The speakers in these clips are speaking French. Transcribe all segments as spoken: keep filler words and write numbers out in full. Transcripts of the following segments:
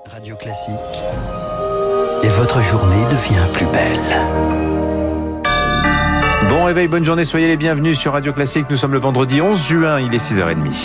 Radio Classique. Et votre journée devient plus belle. Bon réveil, bonne journée, soyez les bienvenus sur Radio Classique. Nous sommes le vendredi onze juin, il est six heures trente.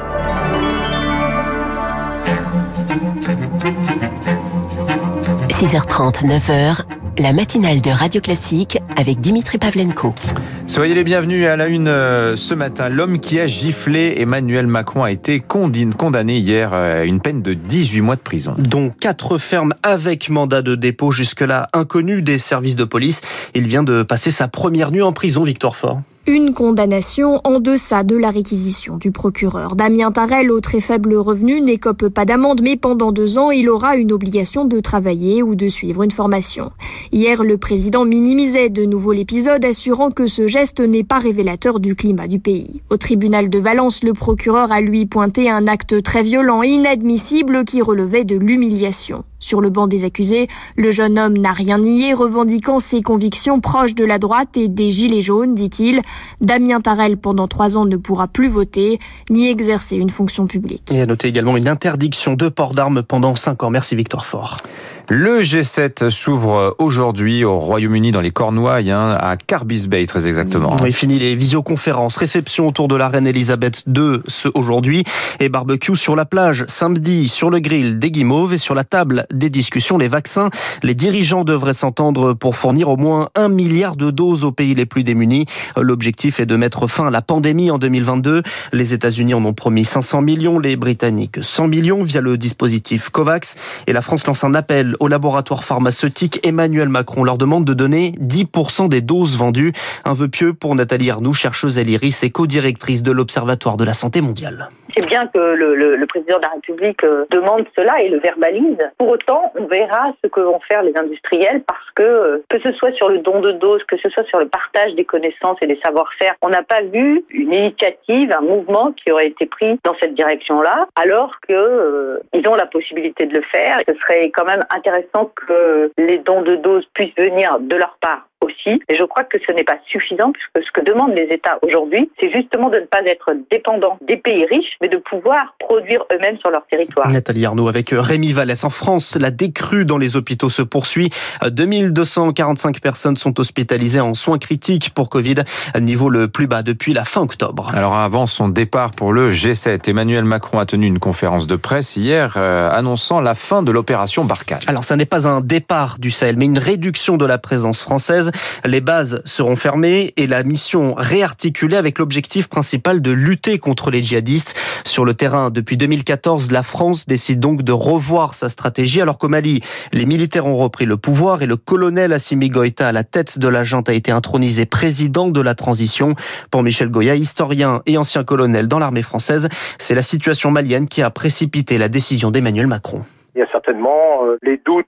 six heures trente, neuf heures, la matinale de Radio Classique avec Dimitri Pavlenko. Soyez les bienvenus à la une euh, ce matin. L'homme qui a giflé Emmanuel Macron a été condamné hier à une peine de dix-huit mois de prison. Dont quatre fermes avec mandat de dépôt, jusque-là inconnu des services de police. Il vient de passer sa première nuit en prison, Victoire Fort. Une condamnation en deçà de la réquisition du procureur. Damien Tarel, au très faible revenu, n'écope pas d'amende, mais pendant deux ans, il aura une obligation de travailler ou de suivre une formation. Hier, le président minimisait de nouveau l'épisode, assurant que ce geste n'est pas révélateur du climat du pays. Au tribunal de Valence, le procureur a lui pointé un acte très violent, inadmissible, qui relevait de l'humiliation. Sur le banc des accusés, le jeune homme n'a rien nié, revendiquant ses convictions proches de la droite et des gilets jaunes, dit-il. Damien Tarel, pendant trois ans, ne pourra plus voter, ni exercer une fonction publique. Et à noter également une interdiction de port d'armes pendant cinq ans. Merci Victoire Fort. Le G sept s'ouvre aujourd'hui au Royaume-Uni, dans les Cornouailles, hein, à Carbis Bay, très exactement. Il finit les visioconférences, réception autour de la reine Elisabeth deux ce aujourd'hui, et barbecue sur la plage samedi, sur le grill des guimauves et sur la table des discussions, les vaccins. Les dirigeants devraient s'entendre pour fournir au moins un milliard de doses aux pays les plus démunis. L'objectif est de mettre fin à la pandémie en deux mille vingt-deux. Les États-Unis en ont promis cinq cents millions, les Britanniques cent millions via le dispositif COVAX. Et la France lance un appel au laboratoire pharmaceutique. Emmanuel Macron leur demande de donner dix pour cent des doses vendues. Un vœu pieux pour Nathalie Arnoux, chercheuse à l'I R I S et co-directrice de l'Observatoire de la santé mondiale. C'est bien que le, le, le président de la République euh, demande cela et le verbalise. Pour autant, on verra ce que vont faire les industriels parce que, euh, que ce soit sur le don de doses, que ce soit sur le partage des connaissances et des savoir-faire, on n'a pas vu une initiative, un mouvement qui aurait été pris dans cette direction-là, alors que euh, ils ont la possibilité de le faire. Ce serait quand même intéressant que les dons de doses puissent venir de leur part aussi. Et je crois que ce n'est pas suffisant puisque ce que demandent les États aujourd'hui, c'est justement de ne pas être dépendants des pays riches, mais de pouvoir produire eux-mêmes sur leur territoire. Nathalie Arnaud avec Rémi Vallès. En France, la décrue dans les hôpitaux se poursuit. deux mille deux cent quarante-cinq personnes sont hospitalisées en soins critiques pour Covid, niveau le plus bas depuis la fin octobre. Alors avant son départ pour le G sept, Emmanuel Macron a tenu une conférence de presse hier, euh, annonçant la fin de l'opération Barkhane. Alors ça n'est pas un départ du Sahel, mais une réduction de la présence française. Les bases seront fermées et la mission réarticulée avec l'objectif principal de lutter contre les djihadistes. Sur le terrain, depuis deux mille quatorze, la France décide donc de revoir sa stratégie, alors qu'au Mali, les militaires ont repris le pouvoir et le colonel Assimi Goïta, à la tête de la junte, a été intronisé président de la transition. Pour Michel Goya, historien et ancien colonel dans l'armée française, c'est la situation malienne qui a précipité la décision d'Emmanuel Macron. Il y a certainement euh, les doutes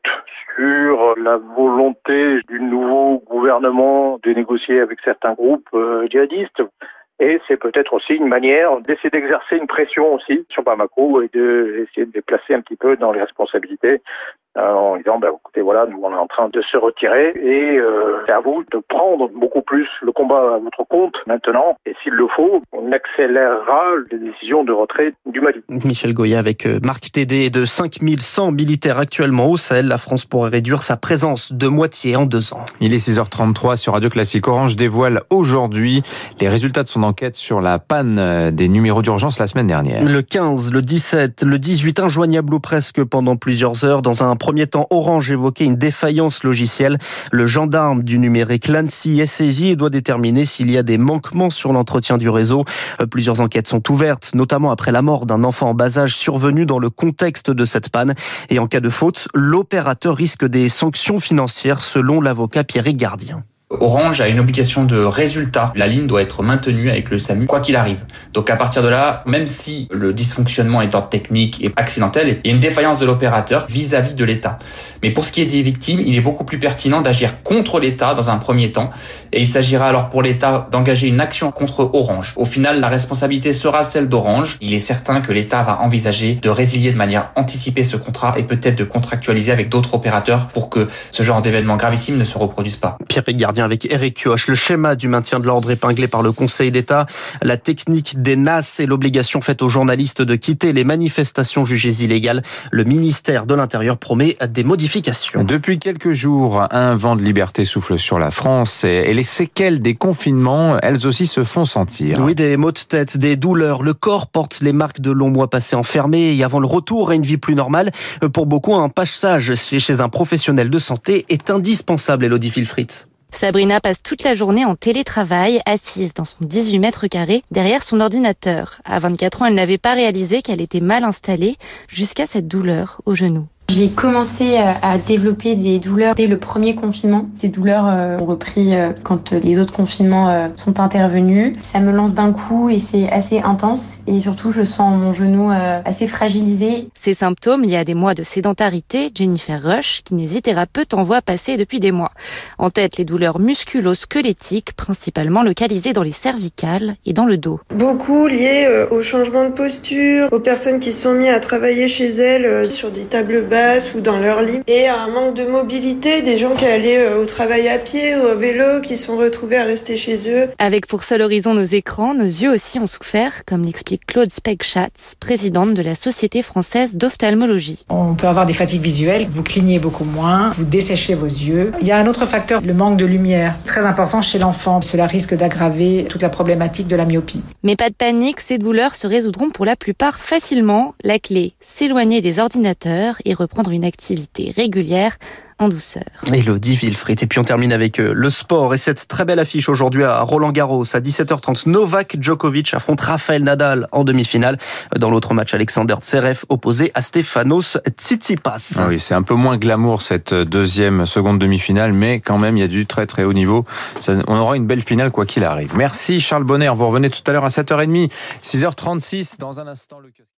sur la volonté du nouveau gouvernement de négocier avec certains groupes euh, djihadistes. Et c'est peut-être aussi une manière d'essayer d'exercer une pression aussi sur Bamako et d'essayer de les placer un petit peu dans les responsabilités. En disant, ben, écoutez, voilà, nous on est en train de se retirer et euh, c'est à vous de prendre beaucoup plus le combat à votre compte maintenant. Et s'il le faut, on accélérera les décisions de retrait du Mali. Michel Goya avec Marc Tédé. De cinq mille cent militaires actuellement au Sahel, la France pourrait réduire sa présence de moitié en deux ans. Il est six heures trente-trois sur Radio Classique. Orange dévoile aujourd'hui les résultats de son enquête sur la panne des numéros d'urgence la semaine dernière. Le quinze, le dix-sept, le dix-huit, injoignable ou presque pendant plusieurs heures. Dans un premier temps, Orange évoquait une défaillance logicielle. Le gendarme du numérique, l'ANSSI, est saisi et doit déterminer s'il y a des manquements sur l'entretien du réseau. Plusieurs enquêtes sont ouvertes, notamment après la mort d'un enfant en bas âge survenu dans le contexte de cette panne. Et en cas de faute, l'opérateur risque des sanctions financières, selon l'avocat Pierrick Gardien. Orange a une obligation de résultat. La ligne doit être maintenue avec le SAMU, quoi qu'il arrive. Donc à partir de là, même si le dysfonctionnement est d'ordre technique et accidentel, il y a une défaillance de l'opérateur vis-à-vis de l'État. Mais pour ce qui est des victimes, il est beaucoup plus pertinent d'agir contre l'État dans un premier temps. Et il s'agira alors pour l'État d'engager une action contre Orange. Au final, la responsabilité sera celle d'Orange. Il est certain que l'État va envisager de résilier de manière anticipée ce contrat et peut-être de contractualiser avec d'autres opérateurs pour que ce genre d'événement gravissime ne se reproduise pas. Pierrick Gardien avec Eric Kioch. Le schéma du maintien de l'ordre épinglé par le Conseil d'État, la technique des N A S et l'obligation faite aux journalistes de quitter les manifestations jugées illégales. Le ministère de l'Intérieur promet des modifications. Depuis quelques jours, un vent de liberté souffle sur la France et les séquelles des confinements, elles aussi se font sentir. Oui, des maux de tête, des douleurs. Le corps porte les marques de longs mois passés enfermés et avant le retour à une vie plus normale. Pour beaucoup, un passage chez un professionnel de santé est indispensable, Elodie Filfrit. Sabrina passe toute la journée en télétravail, assise dans son dix-huit mètres carrés, derrière son ordinateur. À vingt-quatre ans, elle n'avait pas réalisé qu'elle était mal installée, jusqu'à cette douleur au genou. J'ai commencé à développer des douleurs dès le premier confinement. Ces douleurs ont repris quand les autres confinements sont intervenus. Ça me lance d'un coup et c'est assez intense. Et surtout, je sens mon genou assez fragilisé. Ces symptômes liés à des mois de sédentarité, Jennifer Rush, kinésithérapeute, en voit passer depuis des mois. En tête, les douleurs musculo-squelettiques, principalement localisées dans les cervicales et dans le dos. Beaucoup liés au changement de posture, aux personnes qui se sont mises à travailler chez elles sur des tables basses ou dans leur lit, et un manque de mobilité, des gens qui allaient au travail à pied ou au vélo, qui sont retrouvés à rester chez eux. Avec pour seul horizon nos écrans, nos yeux aussi ont souffert, comme l'explique Claude Spegschatz, présidente de la Société française d'ophtalmologie. On peut avoir des fatigues visuelles, vous clignez beaucoup moins, vous desséchez vos yeux. Il y a un autre facteur, le manque de lumière, très important chez l'enfant. Cela risque d'aggraver toute la problématique de la myopie. Mais pas de panique, ces douleurs se résoudront pour la plupart facilement. La clé, s'éloigner des ordinateurs et reprendre une activité régulière en douceur. Elodie Wilfried. Et puis on termine avec le sport et cette très belle affiche aujourd'hui à Roland-Garros. À dix-sept heures trente, Novak Djokovic affronte Rafael Nadal en demi-finale. Dans l'autre match, Alexander Zverev opposé à Stefanos Tsitsipas. Ah oui, c'est un peu moins glamour cette deuxième, seconde demi-finale, mais quand même, il y a du très très haut niveau. Ça, on aura une belle finale quoi qu'il arrive. Merci Charles Bonner. Vous revenez tout à l'heure à sept heures trente, six heures trente-six. Dans un instant, le